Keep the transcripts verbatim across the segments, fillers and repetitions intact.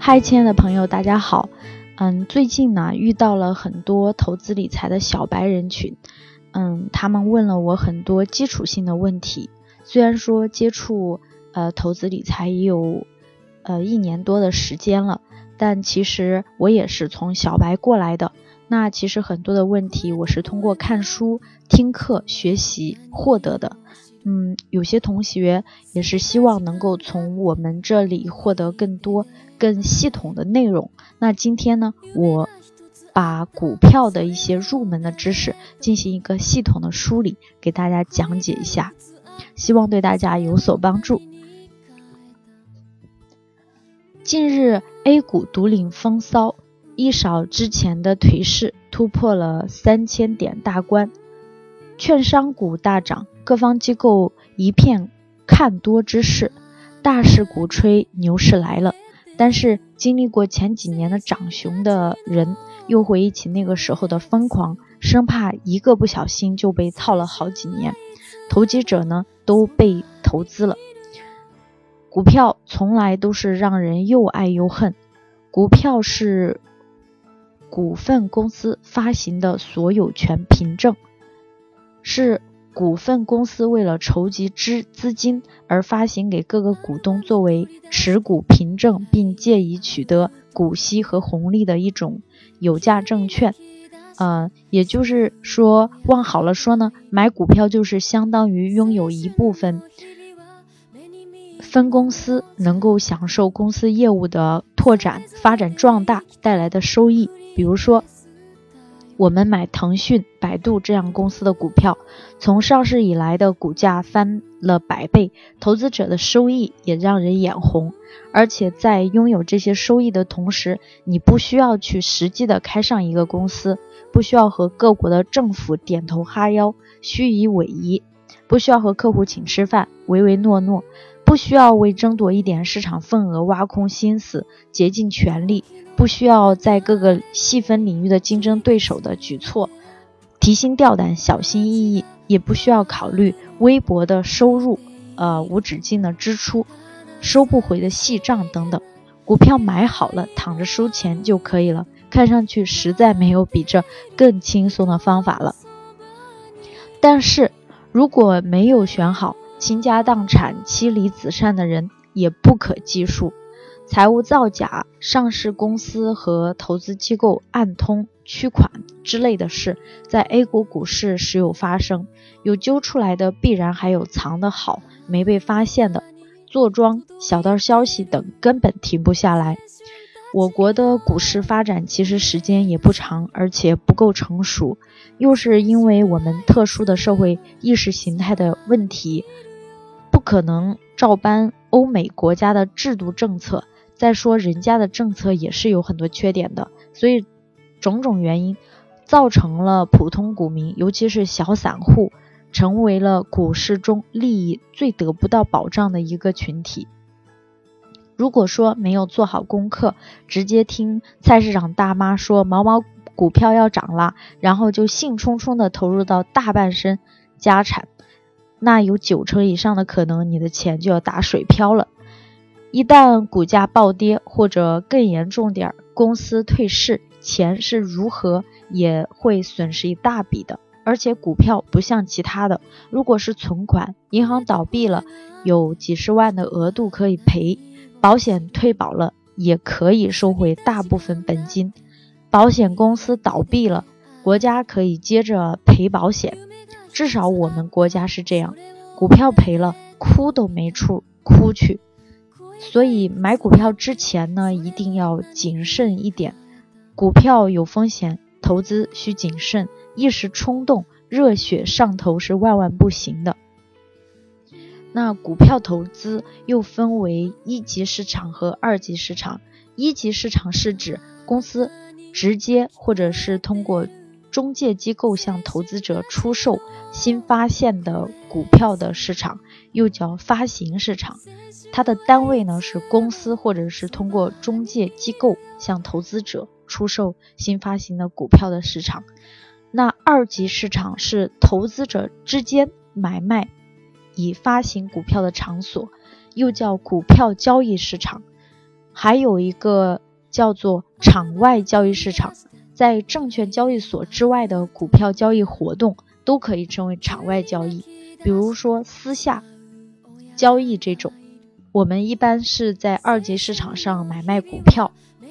嗨，亲爱的朋友，大家好。嗯，最近呢遇到了很多投资理财的小白人群，嗯，他们问了我很多基础性的问题。虽然说接触呃投资理财也有呃一年多的时间了，但其实我也是从小白过来的。那其实很多的问题我是通过看书、听课、学习获得的。嗯，有些同学也是希望能够从我们这里获得更多、更系统的内容。那今天呢，我把股票的一些入门的知识进行一个系统的梳理，给大家讲解一下，希望对大家有所帮助。近日 A 股独领风骚，一扫之前的颓势，突破了三千点大关，券商股大涨，各方机构一片看多之势，大势鼓吹牛市来了。但是经历过前几年的涨熊的人，又回忆起那个时候的疯狂，生怕一个不小心就被套了好几年。投机者呢，都被投资了。股票从来都是让人又爱又恨。股票是股份公司发行的所有权凭证，是股份公司为了筹集资资金而发行给各个股东作为持股凭证，并借以取得股息和红利的一种有价证券。呃，也就是说，往好了说呢，买股票就是相当于拥有一部分分公司，能够享受公司业务的拓展、发展壮大带来的收益。比如说，我们买腾讯、百度这样公司的股票，从上市以来的股价翻了百倍，投资者的收益也让人眼红。而且在拥有这些收益的同时，你不需要去实际的开上一个公司，不需要和各国的政府点头哈腰、虚以委蛇，不需要和客户请吃饭、唯唯诺诺，不需要为争夺一点市场份额挖空心思、竭尽全力，不需要在各个细分领域的竞争对手的举措提心吊胆、小心翼翼，也不需要考虑微薄的收入、呃无止境的支出、收不回的细账等等。股票买好了，躺着收钱就可以了，看上去实在没有比这更轻松的方法了。但是如果没有选好，倾家荡产、妻离子散的人也不可计数。财务造假、上市公司和投资机构暗通、取款之类的事，在 A 股股市时有发生。有揪出来的，必然还有藏得好、没被发现的。坐庄、小道消息等根本停不下来。我国的股市发展其实时间也不长，而且不够成熟，又是因为我们特殊的社会意识形态的问题，不可能照搬欧美国家的制度政策。再说人家的政策也是有很多缺点的，所以种种原因造成了普通股民，尤其是小散户，成为了股市中利益最得不到保障的一个群体。如果说没有做好功课，直接听菜市场大妈说某某股票要涨了，然后就兴冲冲地投入到大半身家产，那有九成以上的可能你的钱就要打水漂了。一旦股价暴跌，或者更严重点，公司退市，钱是如何也会损失一大笔的。而且股票不像其他的，如果是存款，银行倒闭了，有几十万的额度可以赔，保险退保了，也可以收回大部分本金，保险公司倒闭了，国家可以接着赔保险，至少我们国家是这样。股票赔了，哭都没处哭去。所以买股票之前呢，一定要谨慎一点。股票有风险，投资需谨慎，一时冲动、热血上头是万万不行的。那股票投资又分为一级市场和二级市场。一级市场是指公司直接或者是通过中介机构向投资者出售新发现的股票的市场，又叫发行市场。它的单位呢是公司或者是通过中介机构向投资者出售新发行的股票的市场。那二级市场是投资者之间买卖以发行股票的场所，又叫股票交易市场。 还有一个叫做场外交易市场，在证券交易所之外的股票交易活动都可以称为场外交易，比如说私下交易这种，我们一般是在二级市场上买卖股票。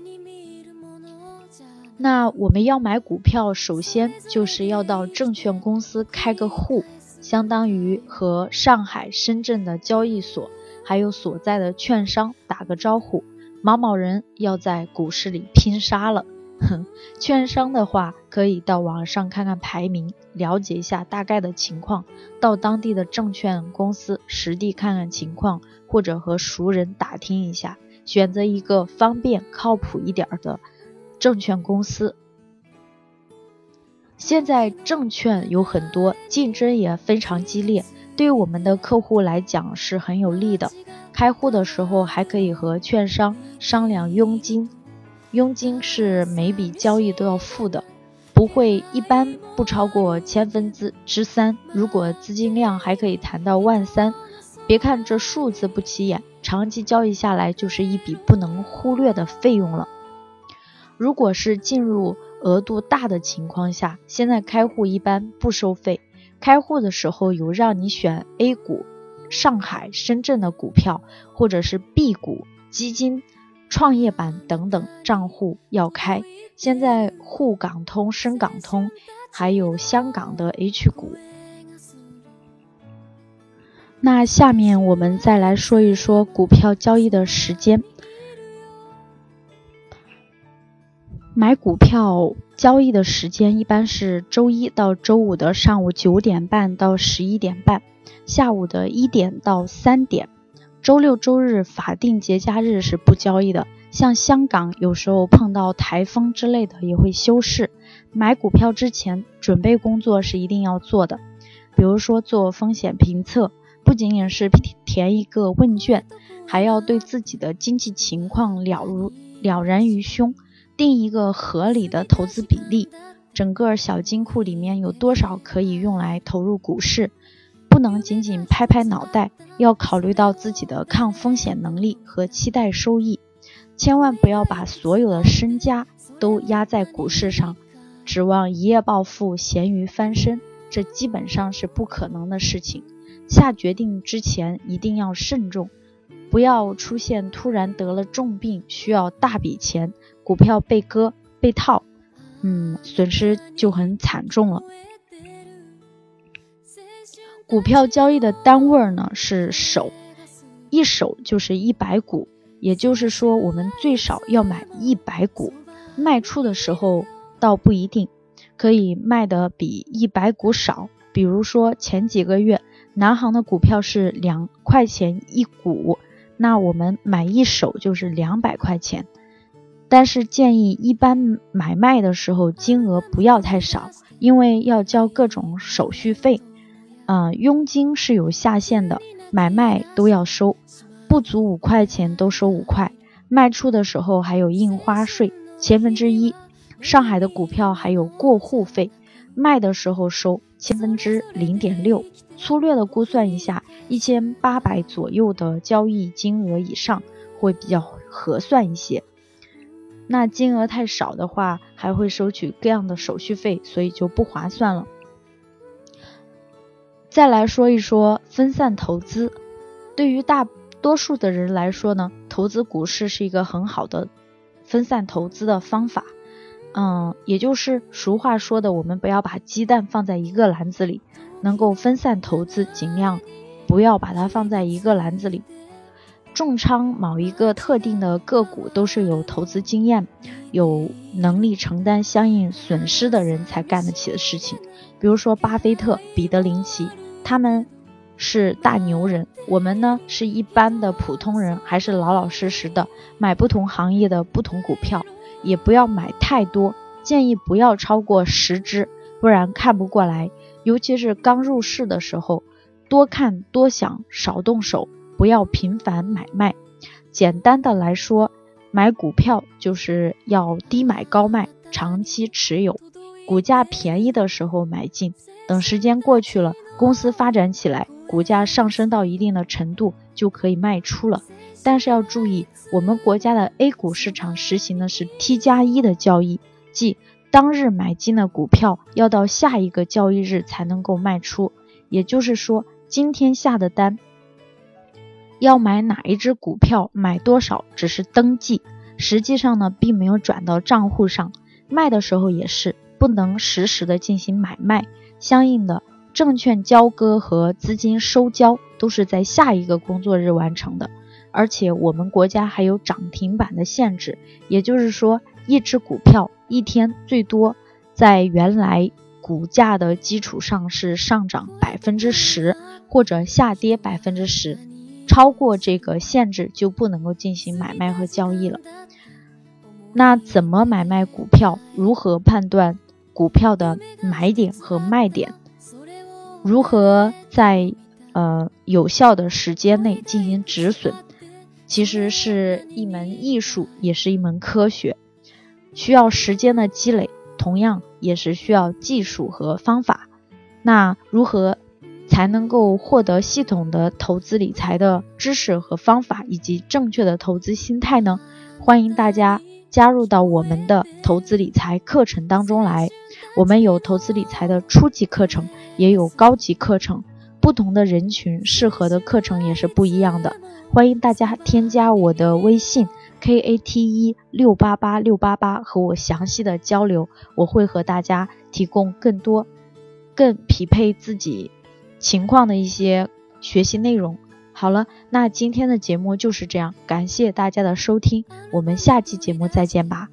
那我们要买股票，首先就是要到证券公司开个户，相当于和上海、深圳的交易所还有所在的券商打个招呼，某某人要在股市里拼杀了。券商的话可以到网上看看排名，了解一下大概的情况，到当地的证券公司实地看看情况，或者和熟人打听一下，选择一个方便靠谱一点的证券公司。现在证券有很多，竞争也非常激烈，对于我们的客户来讲是很有利的。开户的时候还可以和券商商量佣金，佣金是每笔交易都要付的，不会一般不超过千分之之三，如果资金量还可以谈到万三。别看这数字不起眼，长期交易下来就是一笔不能忽略的费用了。如果是进入额度大的情况下，现在开户一般不收费，开户的时候有让你选 A 股、上海、深圳的股票，或者是 B 股、基金、创业板等等账户要开。现在沪港通、深港通，还有香港的 H 股。那下面我们再来说一说股票交易的时间。买股票交易的时间一般是周一到周五的上午九点半到十一点半，下午的一点到三点。周六周日法定节假日是不交易的，像香港有时候碰到台风之类的也会休市。买股票之前准备工作是一定要做的，比如说做风险评测，不仅仅是填一个问卷，还要对自己的经济情况了如了然于胸，定一个合理的投资比例，整个小金库里面有多少可以用来投入股市，不能仅仅拍拍脑袋，要考虑到自己的抗风险能力和期待收益。千万不要把所有的身家都压在股市上，指望一夜暴富、咸鱼翻身，这基本上是不可能的事情。下决定之前一定要慎重，不要出现突然得了重病，需要大笔钱，股票被割被套，嗯，损失就很惨重了。股票交易的单位呢是手，一手就是一百股，也就是说我们最少要买一百股，卖出的时候倒不一定，可以卖的比一百股少。比如说前几个月南航的股票是两块钱一股，那我们买一手就是两百块钱。但是建议一般买卖的时候金额不要太少，因为要交各种手续费，呃，佣金是有下限的，买卖都要收，不足五块钱都收五块，卖出的时候还有印花税千分之一，上海的股票还有过户费，卖的时候收千分之零点六，粗略的估算一下，一千八百左右的交易金额以上会比较合算一些。那金额太少的话，还会收取各样的手续费，所以就不划算了。再来说一说分散投资。对于大多数的人来说呢，投资股市是一个很好的分散投资的方法。嗯，也就是俗话说的，我们不要把鸡蛋放在一个篮子里，能够分散投资，尽量不要把它放在一个篮子里。重仓某一个特定的个股都是有投资经验、有能力承担相应损失的人才干得起的事情。比如说巴菲特、彼得林奇，他们是大牛人，我们呢是一般的普通人，还是老老实实的买不同行业的不同股票，也不要买太多，建议不要超过十只，不然看不过来。尤其是刚入市的时候，多看多想，少动手，不要频繁买卖。简单的来说，买股票就是要低买高卖，长期持有，股价便宜的时候买进，等时间过去了，公司发展起来， 股价上升到一定的程度就可以卖出了。但是要注意，我们国家的 A 股市场实行的是 T 加一的交易，即当日买进的股票要到下一个交易日才能够卖出。也就是说，今天下的单要买哪一只股票，买多少只是登记，实际上呢并没有转到账户上。卖的时候也是不能实时的进行买卖，相应的证券交割和资金收交都是在下一个工作日完成的。而且我们国家还有涨停板的限制，也就是说一只股票一天最多在原来股价的基础上是上涨 百分之十 或者下跌 百分之十， 超过这个限制就不能够进行买卖和交易了。那怎么买卖股票？如何判断股票的买点和卖点？如何在呃有效的时间内进行止损？其实是一门艺术，也是一门科学，需要时间的积累，同样也是需要技术和方法。那如何才能够获得系统的投资理财的知识和方法，以及正确的投资心态呢？欢迎大家加入到我们的投资理财课程当中来。我们有投资理财的初级课程，也有高级课程，不同的人群适合的课程也是不一样的。欢迎大家添加我的微信 K A T E 六八八六八八 和我详细的交流，我会和大家提供更多更匹配自己情况的一些学习内容。好了，那今天的节目就是这样，感谢大家的收听，我们下期节目再见吧。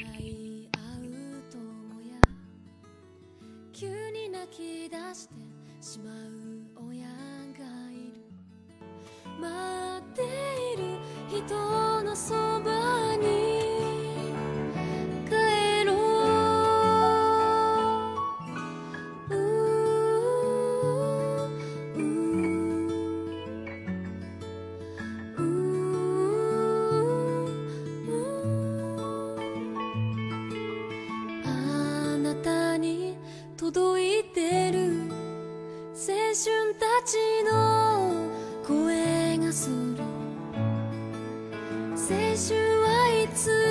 届いてる青春たちの声がする。青春はいつ